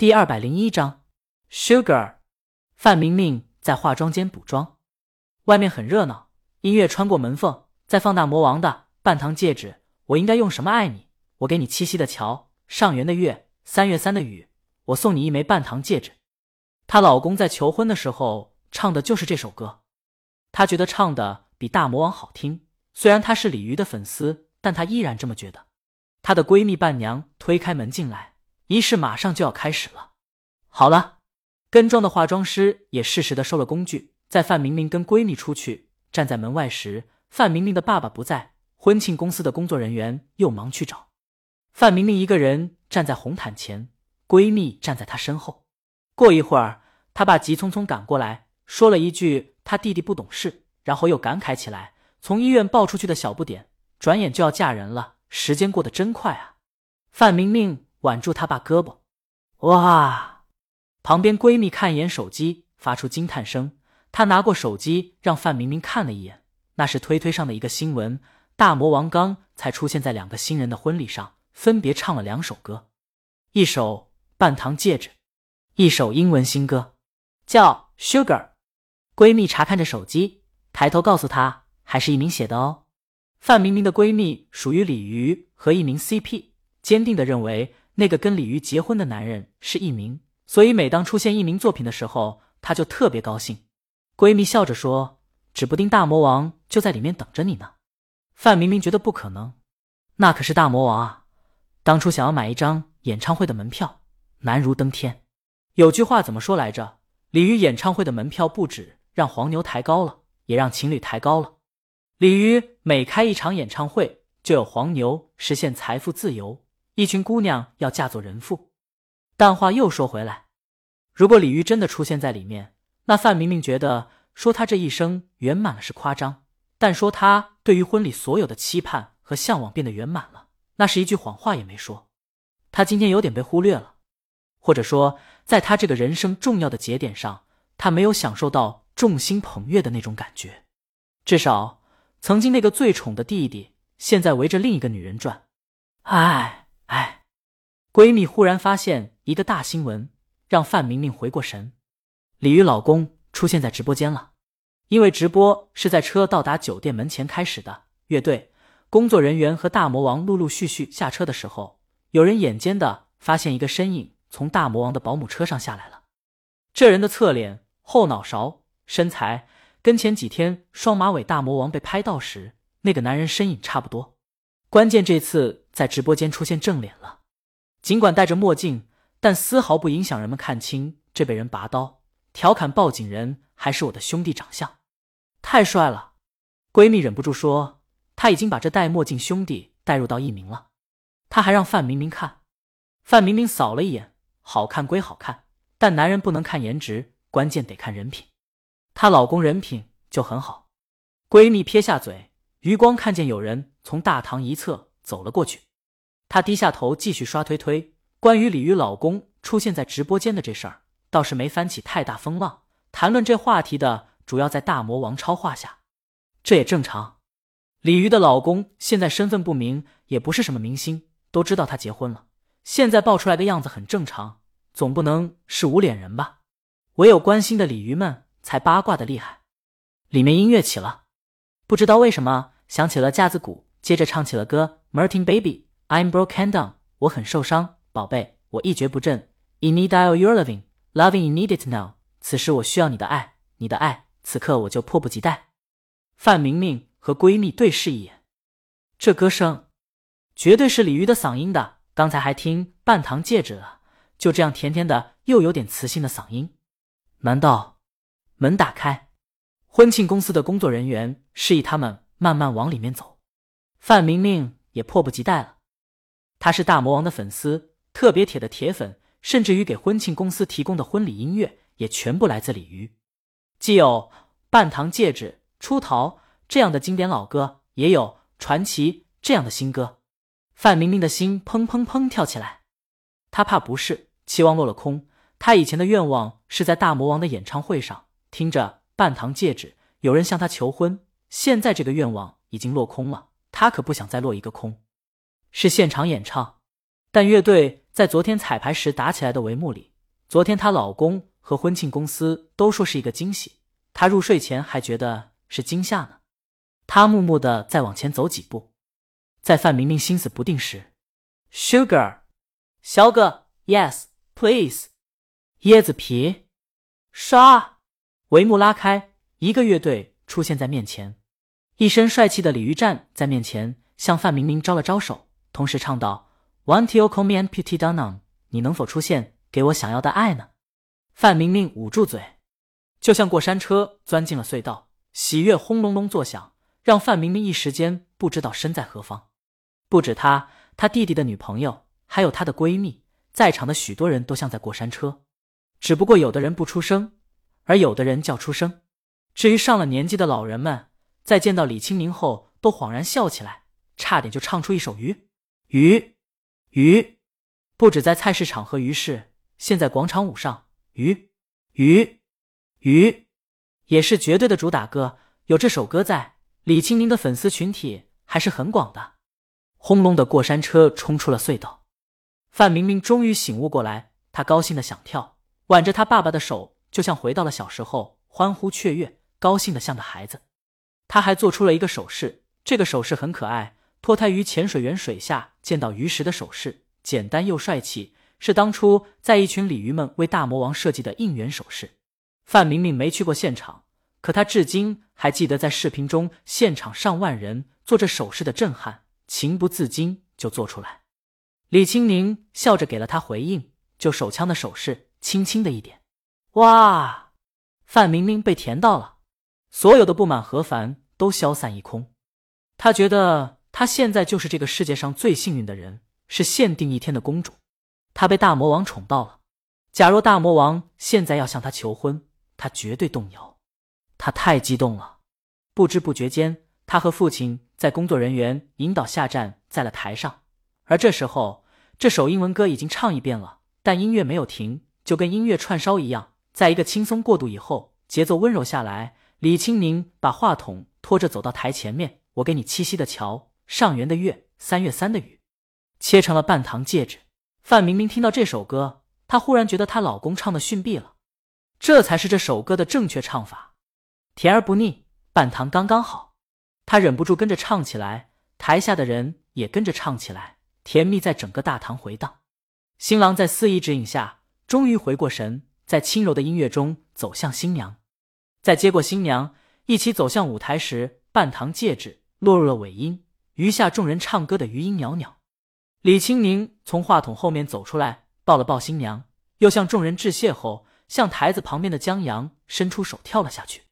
第201章 Sugar。 范明明在化妆间补妆，外面很热闹，音乐穿过门缝，在放大魔王的半糖戒指，我应该用什么爱你，我给你七夕的桥，上元的月，3月3的雨，我送你一枚半糖戒指。她老公在求婚的时候唱的就是这首歌，她觉得唱的比大魔王好听，虽然她是鲤鱼的粉丝，但她依然这么觉得。她的闺蜜伴娘推开门进来，仪式马上就要开始了。好了，跟妆的化妆师也适时地收了工具，在范明明跟闺蜜出去站在门外时，范明明的爸爸不在，婚庆公司的工作人员又忙去找。范明明一个人站在红毯前，闺蜜站在她身后。过一会儿，她爸急匆匆赶过来，说了一句她弟弟不懂事，然后又感慨起来，从医院抱出去的小不点，转眼就要嫁人了，时间过得真快啊。范明明挽住她爸胳膊，哇！旁边闺蜜看一眼手机，发出惊叹声。她拿过手机让范明明看了一眼，那是推推上的一个新闻，大魔王刚才出现在2个新人的婚礼上，分别唱了2首歌，一首半糖戒指，一首英文新歌叫 Sugar。 闺蜜查看着手机，抬头告诉她还是一鸣写的哦。范明明的闺蜜属于鲤鱼和一鸣 CP， 坚定地认为那个跟鲤鱼结婚的男人是一鸣，所以每当出现一鸣作品的时候，她就特别高兴。闺蜜笑着说，指不定大魔王就在里面等着你呢。范明明觉得不可能，那可是大魔王啊，当初想要买一张演唱会的门票，难如登天。有句话怎么说来着？鲤鱼演唱会的门票不止让黄牛抬高了，也让情侣抬高了。鲤鱼每开一场演唱会，就有黄牛实现财富自由，一群姑娘要嫁作人妇。但话又说回来，如果鲤鱼真的出现在里面，那范明明觉得说他这一生圆满了是夸张，但说他对于婚礼所有的期盼和向往变得圆满了，那是一句谎话也没说。他今天有点被忽略了，或者说在他这个人生重要的节点上，他没有享受到众星捧月的那种感觉。至少曾经那个最宠的弟弟现在围着另一个女人转。闺蜜忽然发现一个大新闻，让范明明回过神。鲤鱼老公出现在直播间了。因为直播是在车到达酒店门前开始的，乐队、工作人员和大魔王陆陆续续下车的时候，有人眼尖的发现一个身影从大魔王的保姆车上下来了。这人的侧脸、后脑勺、身材跟前几天双马尾大魔王被拍到时那个男人身影差不多，关键这次在直播间出现正脸了。尽管戴着墨镜，但丝毫不影响人们看清这被人拔刀调侃报警人还是我的兄弟长相，太帅了。闺蜜忍不住说，他已经把这戴墨镜兄弟带入到一鸣了。他还让范明明看，范明明扫了一眼，好看归好看，但男人不能看颜值，关键得看人品。她老公人品就很好。闺蜜撇下嘴，余光看见有人从大堂一侧走了过去，她低下头继续刷推推。关于鲤鱼老公出现在直播间的这事儿倒是没翻起太大风浪，谈论这话题的主要在大魔王超话下，这也正常。鲤鱼的老公现在身份不明，也不是什么明星，都知道他结婚了，现在爆出来的样子很正常，总不能是无脸人吧？唯有关心的鲤鱼们才八卦的厉害。里面音乐起了，不知道为什么响起了架子鼓，接着唱起了歌 Martin Baby I'm broken down， 我很受伤，宝贝，我一蹶不振 In need of your loving you need it now， 此时我需要你的爱，你的爱，此刻我就迫不及待。范明明和闺蜜对视一眼，这歌声绝对是鲤鱼的嗓音的，刚才还听半糖戒指了，就这样甜甜的又有点磁性的嗓音。难道门打开，婚庆公司的工作人员示意他们慢慢往里面走，范明明也迫不及待了。他是大魔王的粉丝，特别铁的铁粉，甚至于给婚庆公司提供的婚礼音乐也全部来自鲤鱼，既有半糖戒指、出逃这样的经典老歌，也有传奇这样的新歌。范明明的心砰砰砰跳起来，他怕不是期望落了空，他以前的愿望是在大魔王的演唱会上听着半糖戒指，有人向他求婚，现在这个愿望已经落空了，他可不想再落一个空。是现场演唱，但乐队在昨天彩排时打起来的帷幕里昨天她老公和婚庆公司都说是一个惊喜，她入睡前还觉得是惊吓呢。她木木地再往前走几步，在范明明心思不定时 ，Sugar， 小哥 ，Yes please， 椰子皮，刷，帷幕拉开，一个乐队出现在面前，一身帅气的鲤鱼站在面前向范明明招了招手，同时唱道 Want you come and put it down， 你能否出现给我想要的爱呢？范明明捂住嘴，就像过山车钻进了隧道，喜悦轰隆隆作响，让范明明一时间不知道身在何方。不止他弟弟的女朋友，还有她的闺蜜，在场的许多人都像在过山车，只不过有的人不出声，而有的人叫出声。至于上了年纪的老人们，在见到李清明后都恍然笑起来，差点就唱出一首鱼。不止在菜市场和鱼市，现在广场舞上，鱼也是绝对的主打歌。有这首歌在，李清明的粉丝群体还是很广的。轰隆的过山车冲出了隧道，范明明终于醒悟过来，他高兴的想跳，挽着他爸爸的手，就像回到了小时候，欢呼雀跃，高兴的像个孩子。他还做出了一个手势，这个手势很可爱，脱胎于潜水员水下见到鱼时的手势，简单又帅气，是当初在一群鲤鱼们为大魔王设计的应援手势。范明明没去过现场，可他至今还记得在视频中现场上万人做这手势的震撼，情不自禁就做出来。李清明笑着给了他回应，就手枪的手势轻轻的一点。哇！范明明被甜到了，所有的不满和烦都消散一空。他觉得他现在就是这个世界上最幸运的人，是限定一天的公主。他被大魔王宠到了，假若大魔王现在要向他求婚，他绝对动摇。他太激动了，不知不觉间，他和父亲在工作人员引导下站在了台上。而这时候，这首英文歌已经唱一遍了，但音乐没有停，就跟音乐串烧一样，在一个轻松过渡以后，节奏温柔下来。李清明把话筒拖着走到台前面，我给你七夕的桥，上元的月，3月3的雨，切成了半糖戒指。范明明听到这首歌，她忽然觉得她老公唱的逊毙了，这才是这首歌的正确唱法，甜而不腻，半糖刚刚好。她忍不住跟着唱起来，台下的人也跟着唱起来，甜蜜在整个大堂回荡。新郎在司仪指引下，终于回过神，在轻柔的音乐中走向新娘。在接过新娘，一起走向舞台时，半糖戒指落入了尾音，余下众人唱歌的余音袅袅。李清明从话筒后面走出来，抱了抱新娘，又向众人致谢后，向台子旁边的江阳伸出手跳了下去。